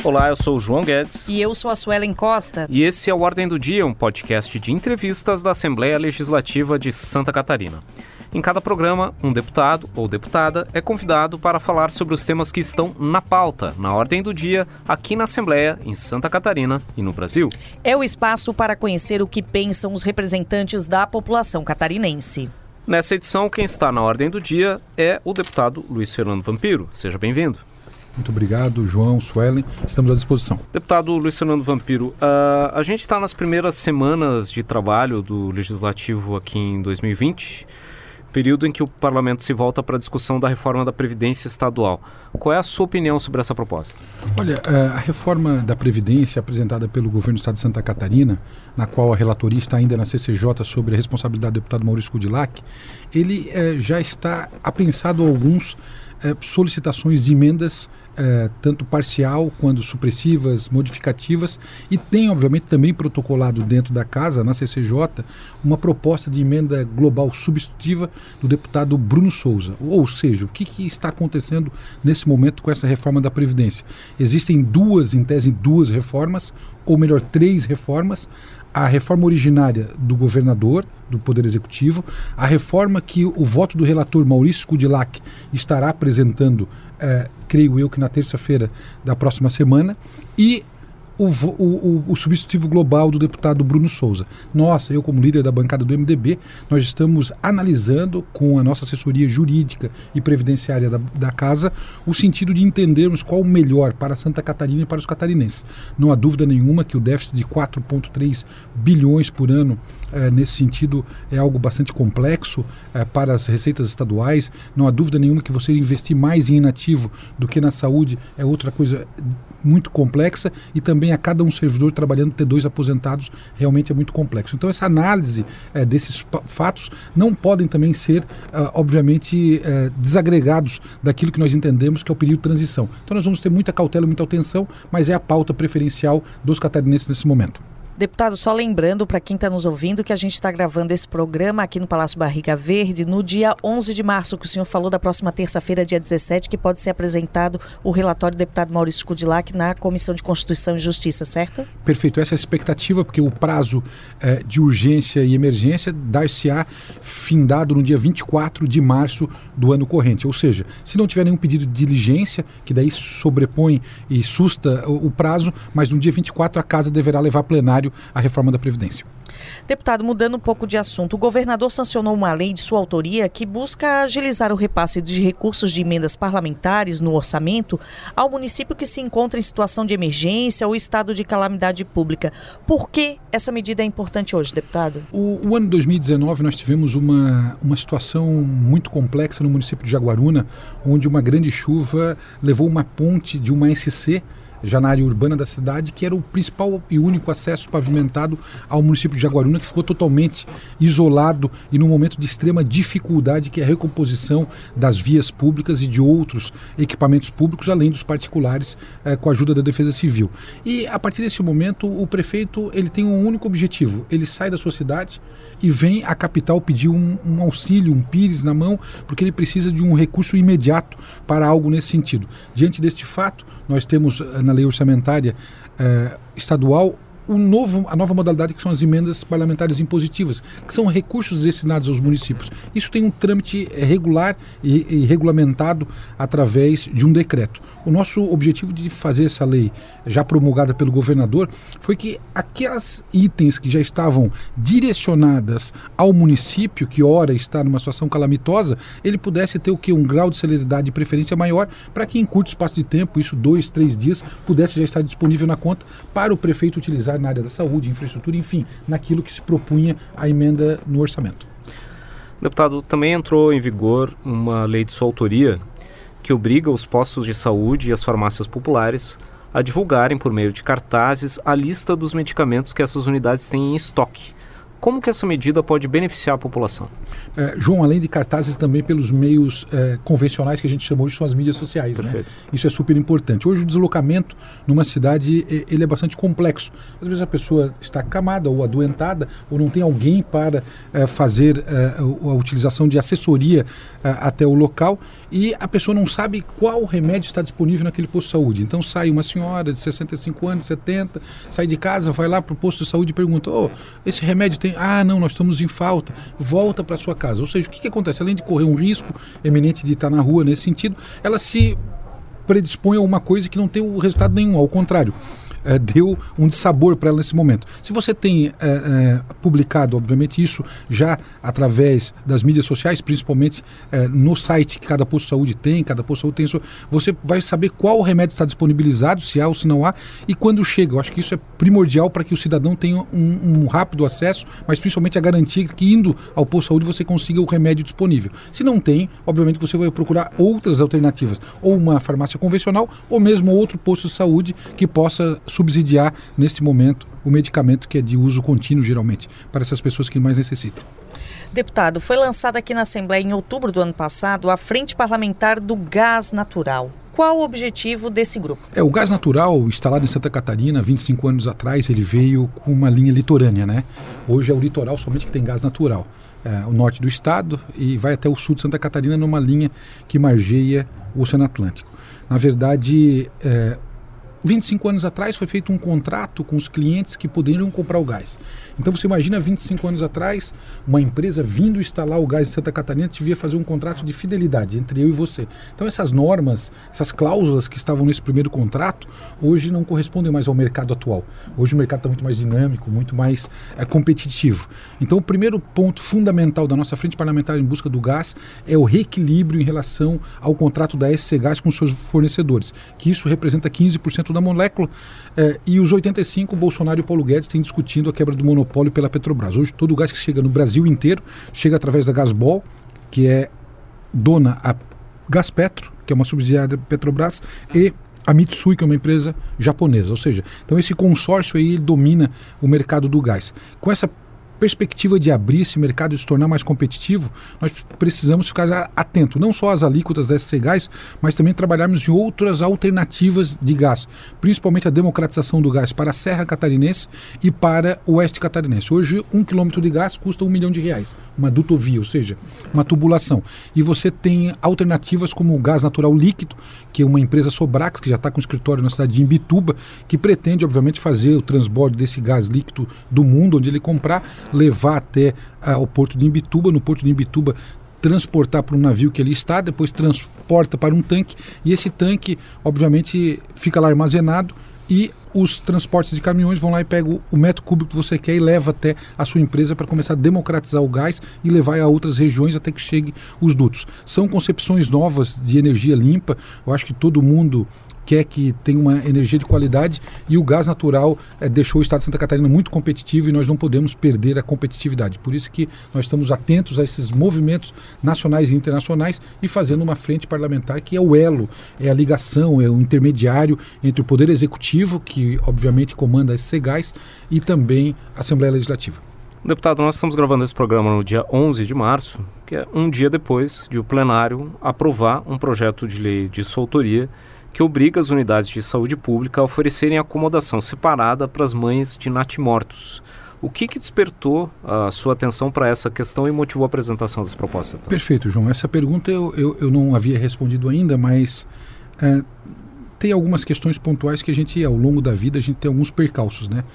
Olá, eu sou o João Guedes. E eu sou a Suelen Costa. E esse é o Ordem do Dia, um podcast de entrevistas da Assembleia Legislativa de Santa Catarina. Em cada programa, um deputado ou deputada é convidado para falar sobre os temas que estão na pauta, na ordem do dia, aqui na Assembleia, em Santa Catarina e no Brasil. É o espaço para conhecer o que pensam os representantes da população catarinense. Nessa edição, quem está na ordem do dia é o deputado Luiz Fernando Vampiro. Seja bem-vindo. Muito obrigado, João, Suelen. Estamos à disposição. Deputado Luiz Fernando Vampiro, a gente está nas primeiras semanas de trabalho do Legislativo aqui em 2020, período em que o Parlamento se volta para a discussão da reforma da Previdência Estadual. Qual é a sua opinião sobre essa proposta? Olha, a reforma da Previdência apresentada pelo governo do Estado de Santa Catarina, na qual a relatoria está ainda na CCJ sobre a responsabilidade do deputado Maurício Kudilac, ele já está apensado alguns solicitações de emendas, tanto parcial quanto supressivas, modificativas, e tem, obviamente, também protocolado dentro da casa, na CCJ, uma proposta de emenda global substitutiva do deputado Bruno Souza. Ou seja, o que está acontecendo nesse momento com essa reforma da Previdência? Existem em tese, duas reformas, ou melhor, 3 reformas. A reforma originária do governador, do Poder Executivo, a reforma que o voto do relator Maurício Kudilac estará apresentando, creio eu que na terça-feira da próxima semana, e o substitutivo global do deputado Bruno Souza. Eu como líder da bancada do MDB, nós estamos analisando com a nossa assessoria jurídica e previdenciária da casa o sentido de entendermos qual o melhor para Santa Catarina e para os catarinenses. Não há dúvida nenhuma que o déficit de 4,3 bilhões por ano, nesse sentido, é algo bastante complexo para as receitas estaduais. Não há dúvida nenhuma que você investir mais em inativo do que na saúde é outra coisa muito complexa, e também a cada um servidor trabalhando ter 2 aposentados realmente é muito complexo. Então essa análise desses fatos não podem também ser, obviamente, desagregados daquilo que nós entendemos que é o período de transição. Então nós vamos ter muita cautela e muita atenção, mas é a pauta preferencial dos catarinenses nesse momento. Deputado, só lembrando para quem está nos ouvindo que a gente está gravando esse programa aqui no Palácio Barriga Verde no dia 11 de março, que o senhor falou da próxima terça-feira, dia 17, que pode ser apresentado o relatório do deputado Maurício Kudilac na Comissão de Constituição e Justiça, certo? Perfeito, essa é a expectativa, porque o prazo de urgência e emergência dar-se-á findado no dia 24 de março do ano corrente. Ou seja, se não tiver nenhum pedido de diligência, que daí sobrepõe e susta o prazo, mas no dia 24 a Casa deverá levar a plenário a reforma da Previdência. Deputado, mudando um pouco de assunto, o governador sancionou uma lei de sua autoria que busca agilizar o repasse de recursos de emendas parlamentares no orçamento ao município que se encontra em situação de emergência ou estado de calamidade pública. Por que essa medida é importante hoje, deputado? O ano 2019 nós tivemos uma situação muito complexa no município de Jaguaruna, onde uma grande chuva levou uma ponte de uma SC, já na área urbana da cidade, que era o principal e único acesso pavimentado ao município de Jaguaruna, que ficou totalmente isolado e num momento de extrema dificuldade, que é a recomposição das vias públicas e de outros equipamentos públicos, além dos particulares, com a ajuda da Defesa Civil. E a partir desse momento, o prefeito ele tem um único objetivo: ele sai da sua cidade e vem à capital pedir um auxílio, um pires na mão, porque ele precisa de um recurso imediato para algo nesse sentido. Diante deste fato, nós temos na lei orçamentária estadual a nova modalidade, que são as emendas parlamentares impositivas, que são recursos destinados aos municípios. Isso tem um trâmite regular e regulamentado através de um decreto. O nosso objetivo de fazer essa lei, já promulgada pelo governador, foi que aquelas itens que já estavam direcionadas ao município, que ora está numa situação calamitosa, ele pudesse ter um grau de celeridade e preferência maior, para que em curto espaço de tempo, isso 2, 3 dias, pudesse já estar disponível na conta para o prefeito utilizar na área da saúde, infraestrutura, enfim, naquilo que se propunha a emenda no orçamento. Deputado, também entrou em vigor uma lei de sua autoria que obriga os postos de saúde e as farmácias populares a divulgarem por meio de cartazes a lista dos medicamentos que essas unidades têm em estoque, Como que essa medida pode beneficiar a população? João, além de cartazes, também pelos meios convencionais que a gente chama hoje, são as mídias sociais. Né? Isso é super importante. Hoje o deslocamento numa cidade ele é bastante complexo. Às vezes a pessoa está acamada ou adoentada ou não tem alguém para fazer a utilização de assessoria até o local e a pessoa não sabe qual remédio está disponível naquele posto de saúde. Então sai uma senhora de 65 anos, 70, sai de casa, vai lá para o posto de saúde e pergunta: esse remédio tem... não, nós estamos em falta. Volta para sua casa. Ou seja, o que acontece? Além de correr um risco eminente de estar na rua nesse sentido, ela se predispõe a uma coisa que não tem o resultado nenhum, ao contrário. Deu um dissabor para ela nesse momento. Se você tem publicado, obviamente, isso já através das mídias sociais, principalmente no site que cada posto de saúde tem, cada posto de saúde tem, você vai saber qual remédio está disponibilizado, se há ou se não há, e quando chega. Eu acho que isso é primordial para que o cidadão tenha um rápido acesso, mas principalmente a garantia que indo ao posto de saúde você consiga o remédio disponível. Se não tem, obviamente você vai procurar outras alternativas, ou uma farmácia convencional, ou mesmo outro posto de saúde que possa subsidiar, neste momento, o medicamento que é de uso contínuo, geralmente, para essas pessoas que mais necessitam. Deputado, foi lançada aqui na Assembleia em outubro do ano passado a Frente Parlamentar do Gás Natural. Qual o objetivo desse grupo? O gás natural, instalado em Santa Catarina, 25 anos atrás, ele veio com uma linha litorânea, né? Hoje é o litoral somente que tem gás natural. O norte do estado e vai até o sul de Santa Catarina numa linha que margeia o Oceano Atlântico. Na verdade, 25 anos atrás foi feito um contrato com os clientes que poderiam comprar o gás. Então você imagina 25 anos atrás, uma empresa vindo instalar o gás em Santa Catarina devia fazer um contrato de fidelidade entre eu e você. Então essas normas, essas cláusulas que estavam nesse primeiro contrato, hoje não correspondem mais ao mercado atual. Hoje o mercado está muito mais dinâmico, muito mais competitivo. Então o primeiro ponto fundamental da nossa frente parlamentar em busca do gás é o reequilíbrio em relação ao contrato da SC Gás com seus fornecedores, que isso representa 15% da molécula, e os 85%, Bolsonaro e Paulo Guedes têm discutindo a quebra do monopólio pela Petrobras. Hoje todo o gás que chega no Brasil inteiro chega através da Gasbol, que é dona a Gaspetro, que é uma subsidiária da Petrobras, e a Mitsui, que é uma empresa japonesa. Ou seja, então esse consórcio aí domina o mercado do gás. Com essa perspectiva de abrir esse mercado e se tornar mais competitivo, nós precisamos ficar atento, não só às alíquotas da SC Gás, mas também trabalharmos em outras alternativas de gás, principalmente a democratização do gás para a Serra Catarinense e para o Oeste Catarinense. Hoje, 1 quilômetro de gás custa R$1 milhão, uma dutovia, ou seja, uma tubulação. E você tem alternativas como o gás natural líquido, que é uma empresa Sobrax, que já está com escritório na cidade de Imbituba, que pretende, obviamente, fazer o transbordo desse gás líquido do mundo, onde ele comprar, levar até o porto de Imbituba, no porto de Imbituba transportar para um navio que ali está, depois transporta para um tanque, e esse tanque, obviamente, fica lá armazenado, e os transportes de caminhões vão lá e pegam o metro cúbico que você quer e leva até a sua empresa para começar a democratizar o gás e levar a outras regiões até que chegue os dutos. São concepções novas de energia limpa. Eu acho que todo mundo quer que tenha uma energia de qualidade, e o gás natural deixou o estado de Santa Catarina muito competitivo, e nós não podemos perder a competitividade. Por isso que nós estamos atentos a esses movimentos nacionais e internacionais e fazendo uma frente parlamentar que é o elo, é a ligação, é o intermediário entre o Poder Executivo, que obviamente comanda a SC Gás, e também a Assembleia Legislativa. Deputado, nós estamos gravando esse programa no dia 11 de março, que é um dia depois de o plenário aprovar um projeto de lei de sua autoria que obriga as unidades de saúde pública a oferecerem acomodação separada para as mães de natimortos. O que despertou a sua atenção para essa questão e motivou a apresentação dessa proposta? Perfeito, João. Essa pergunta eu não havia respondido ainda, mas tem algumas questões pontuais que a gente, ao longo da vida, a gente tem alguns percalços, né?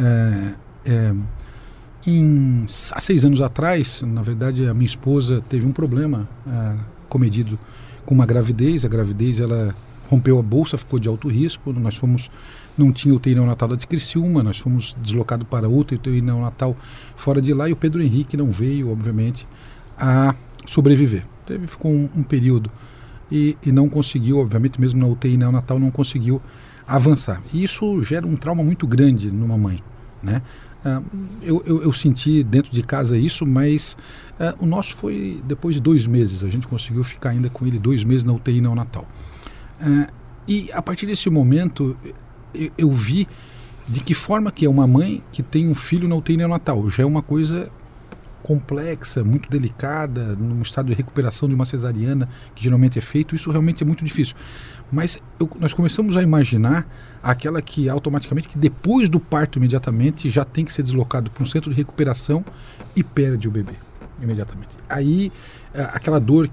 Há 6 anos atrás, na verdade, a minha esposa teve um problema comedido com uma gravidez. A gravidez, ela rompeu a bolsa, ficou de alto risco. Não tinha UTI neonatal de Criciúma, nós fomos deslocados para outra UTI neonatal fora de lá, e o Pedro Henrique não veio, obviamente, a sobreviver. Ficou um período e não conseguiu, obviamente, mesmo na UTI neonatal, não conseguiu avançar. E isso gera um trauma muito grande numa mãe, né? Eu senti dentro de casa isso, mas o nosso foi depois de 2 meses. A gente conseguiu ficar ainda com ele 2 meses na UTI neonatal. E a partir desse momento eu vi de que forma que é uma mãe que tem um filho na UTI neonatal. Já é uma coisa complexa, muito delicada, num estado de recuperação de uma cesariana, que geralmente é feito, isso realmente é muito difícil. Mas nós começamos a imaginar aquela que automaticamente, que depois do parto imediatamente, já tem que ser deslocado para um centro de recuperação e perde o bebê imediatamente. Aí, aquela dor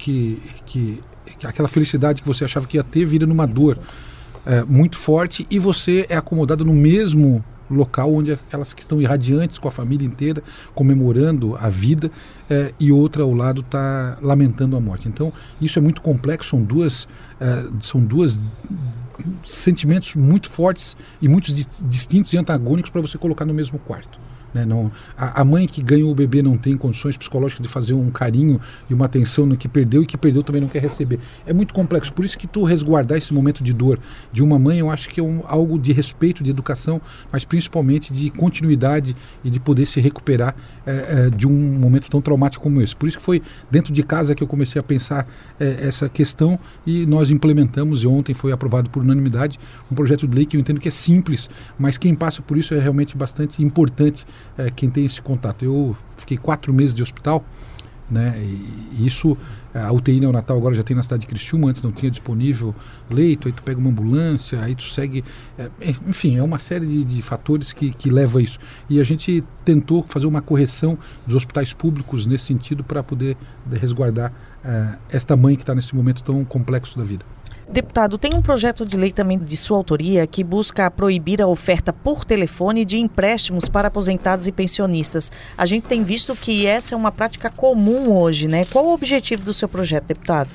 aquela felicidade que você achava que ia ter, vira numa dor muito forte, e você é acomodado no mesmo local onde aquelas que estão irradiantes com a família inteira, comemorando a vida, e outra ao lado está lamentando a morte. Então isso é muito complexo, são duas sentimentos muito fortes e muito distintos e antagônicos para você colocar no mesmo quarto. Não, a mãe que ganhou o bebê não tem condições psicológicas de fazer um carinho e uma atenção no que perdeu, e que perdeu também não quer receber. É muito complexo, por isso que tu resguardar esse momento de dor de uma mãe, eu acho que é algo de respeito, de educação, mas principalmente de continuidade e de poder se recuperar de um momento tão traumático como esse. Por isso que foi dentro de casa que eu comecei a pensar essa questão, e nós implementamos, e ontem foi aprovado por unanimidade, um projeto de lei que eu entendo que é simples, mas quem passa por isso é realmente bastante importante. Quem tem esse contato. Eu fiquei 4 meses de hospital, né? E isso, a UTI neonatal agora já tem na cidade de Criciúma, antes não tinha disponível leito, aí tu pega uma ambulância, aí tu segue, enfim, é uma série de fatores que leva a isso. E a gente tentou fazer uma correção dos hospitais públicos nesse sentido, para poder resguardar esta mãe que está nesse momento tão complexo da vida. Deputado, tem um projeto de lei também de sua autoria que busca proibir a oferta por telefone de empréstimos para aposentados e pensionistas. A gente tem visto que essa é uma prática comum hoje, né? Qual o objetivo do seu projeto, deputado?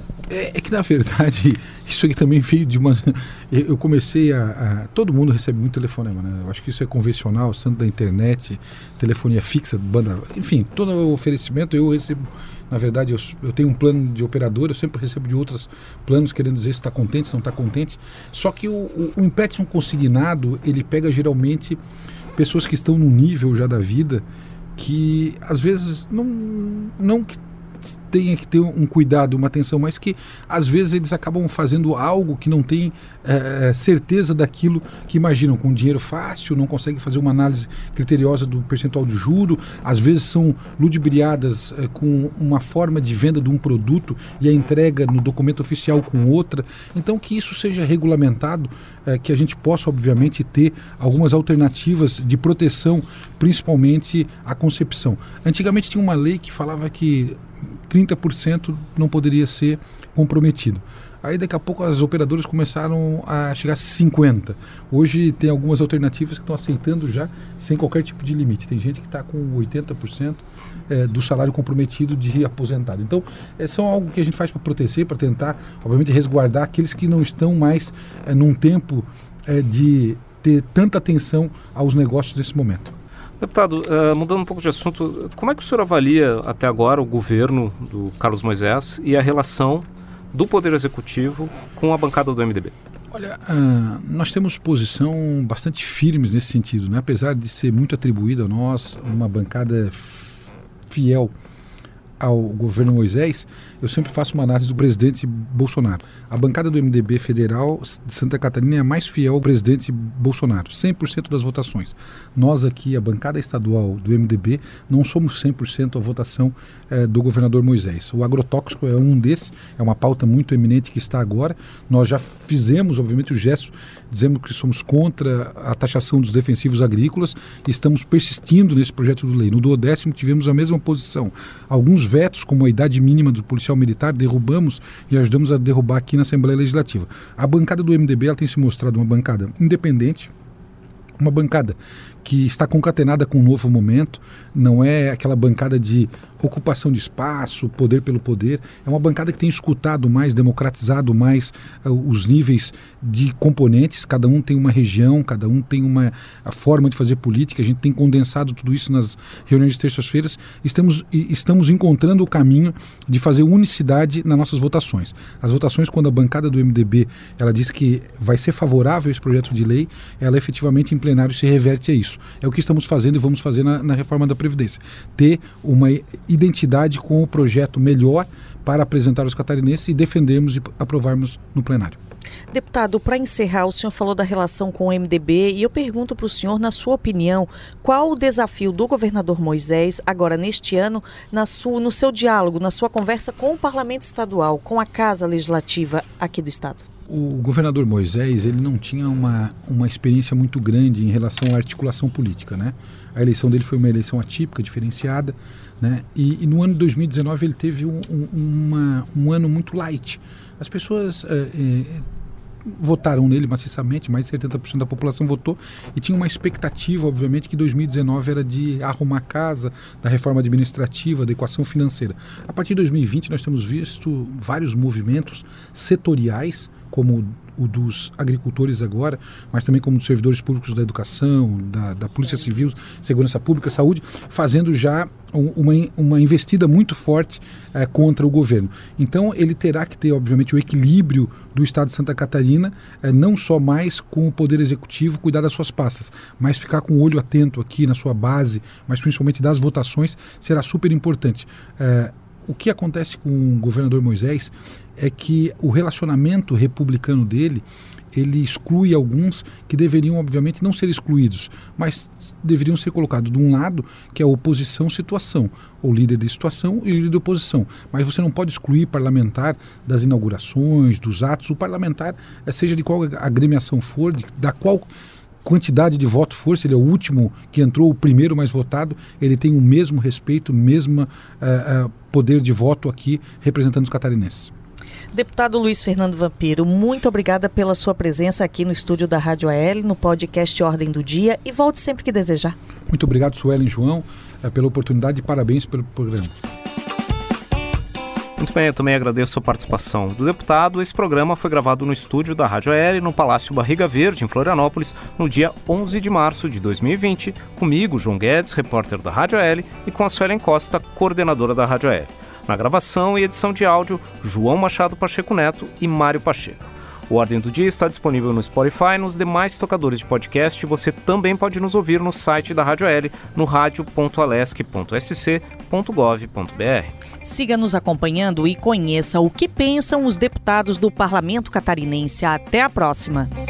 É que, na verdade, isso aqui também veio de uma... Eu comecei todo mundo recebe muito telefonema, né? Eu acho que isso é convencional, sendo da internet, telefonia fixa, banda... Enfim, todo o oferecimento eu recebo. Na verdade, eu tenho um plano de operador, eu sempre recebo de outros planos querendo dizer se está contente, se não está contente. Só que o empréstimo consignado, ele pega geralmente pessoas que estão num nível já da vida que, às vezes, não que tenha que ter um cuidado, uma atenção, mas que às vezes eles acabam fazendo algo que não tem certeza daquilo que imaginam, com dinheiro fácil, não conseguem fazer uma análise criteriosa do percentual de juro, às vezes são ludibriadas com uma forma de venda de um produto e a entrega no documento oficial com outra. Então, que isso seja regulamentado, que a gente possa obviamente ter algumas alternativas de proteção, principalmente a concepção. Antigamente tinha uma lei que falava que 30% não poderia ser comprometido. Aí daqui a pouco as operadoras começaram a chegar a 50%. Hoje tem algumas alternativas que estão aceitando já sem qualquer tipo de limite. Tem gente que está com 80% do salário comprometido de aposentado. Então, são algo que a gente faz para proteger, para tentar, obviamente, resguardar aqueles que não estão mais num tempo de ter tanta atenção aos negócios nesse momento. Deputado, mudando um pouco de assunto, como é que o senhor avalia até agora o governo do Carlos Moisés e a relação do Poder Executivo com a bancada do MDB? Olha, nós temos posição bastante firmes nesse sentido, né? Apesar de ser muito atribuída a nós uma bancada fiel ao governo Moisés, eu sempre faço uma análise do presidente Bolsonaro. A bancada do MDB federal de Santa Catarina é a mais fiel ao presidente Bolsonaro, 100% das votações. Nós aqui, a bancada estadual do MDB, não somos 100% a votação do governador Moisés. O agrotóxico é um desses, é uma pauta muito eminente que está agora. Nós já fizemos, obviamente, o gesto, dizemos que somos contra a taxação dos defensivos agrícolas e estamos persistindo nesse projeto de lei. No 12º tivemos a mesma posição. Alguns vetos, como a idade mínima do policial militar, derrubamos e ajudamos a derrubar aqui na Assembleia Legislativa. A bancada do MDB ela tem se mostrado uma bancada independente, uma bancada que está concatenada com um novo momento, não é aquela bancada de ocupação de espaço, poder pelo poder, é uma bancada que tem escutado mais, democratizado mais os níveis de componentes, cada um tem uma região, cada um tem uma forma de fazer política, a gente tem condensado tudo isso nas reuniões de terças-feiras, estamos encontrando o caminho de fazer unicidade nas nossas votações. As votações, quando a bancada do MDB ela diz que vai ser favorável a esse projeto de lei, ela efetivamente em plenário se reverte a isso. isso. É o que estamos fazendo e vamos fazer na reforma da Previdência. Ter uma identidade com o projeto melhor para apresentar aos catarinenses e defendermos e aprovarmos no plenário. Deputado, para encerrar, o senhor falou da relação com o MDB e eu pergunto para o senhor, na sua opinião, qual o desafio do governador Moisés, agora neste ano, no seu diálogo, na sua conversa com o Parlamento Estadual, com a Casa Legislativa aqui do Estado? O governador Moisés, ele não tinha uma experiência muito grande em relação à articulação política, né? A eleição dele foi uma eleição atípica, diferenciada, né? E no ano de 2019 ele teve um ano muito light. As pessoas votaram nele maciçamente, mais de 70% da população votou e tinha uma expectativa, obviamente, que 2019 era de arrumar a casa, da reforma administrativa, da equação financeira. A partir de 2020 nós temos visto vários movimentos setoriais, como o dos agricultores agora, mas também como dos servidores públicos da educação, da Polícia Civil, Segurança Pública, Saúde, fazendo já uma investida muito forte contra o governo. Então ele terá que ter, obviamente, o equilíbrio do Estado de Santa Catarina, não só mais com o Poder Executivo, cuidar das suas pastas, mas ficar com o olho atento aqui na sua base, mas principalmente das votações, será super importante. O que acontece com o governador Moisés é que o relacionamento republicano dele, ele exclui alguns que deveriam, obviamente, não ser excluídos, mas deveriam ser colocados de um lado, que é a oposição-situação, ou líder de situação e líder de oposição. Mas você não pode excluir parlamentar das inaugurações, dos atos. O parlamentar, seja de qual agremiação for, da qual quantidade de voto for, se ele é o último que entrou, o primeiro mais votado, ele tem o mesmo respeito, o mesmo poder de voto aqui representando os catarinenses. Deputado Luiz Fernando Vampiro, muito obrigada pela sua presença aqui no estúdio da Rádio AL, no podcast Ordem do Dia, e volte sempre que desejar. Muito obrigado, Suelen João, pela oportunidade e parabéns pelo programa. Muito bem, eu também agradeço a participação do deputado. Esse programa foi gravado no estúdio da Rádio AL, no Palácio Barriga Verde, em Florianópolis, no dia 11 de março de 2020, comigo, João Guedes, repórter da Rádio AL, e com a Suelen Costa, coordenadora da Rádio AL. Na gravação e edição de áudio, João Machado Pacheco Neto e Mário Pacheco. O Ordem do Dia está disponível no Spotify e nos demais tocadores de podcast. Você também pode nos ouvir no site da Rádio AL, no radio.alesc.sc.gov.br. Siga nos acompanhando e conheça o que pensam os deputados do Parlamento Catarinense. Até a próxima!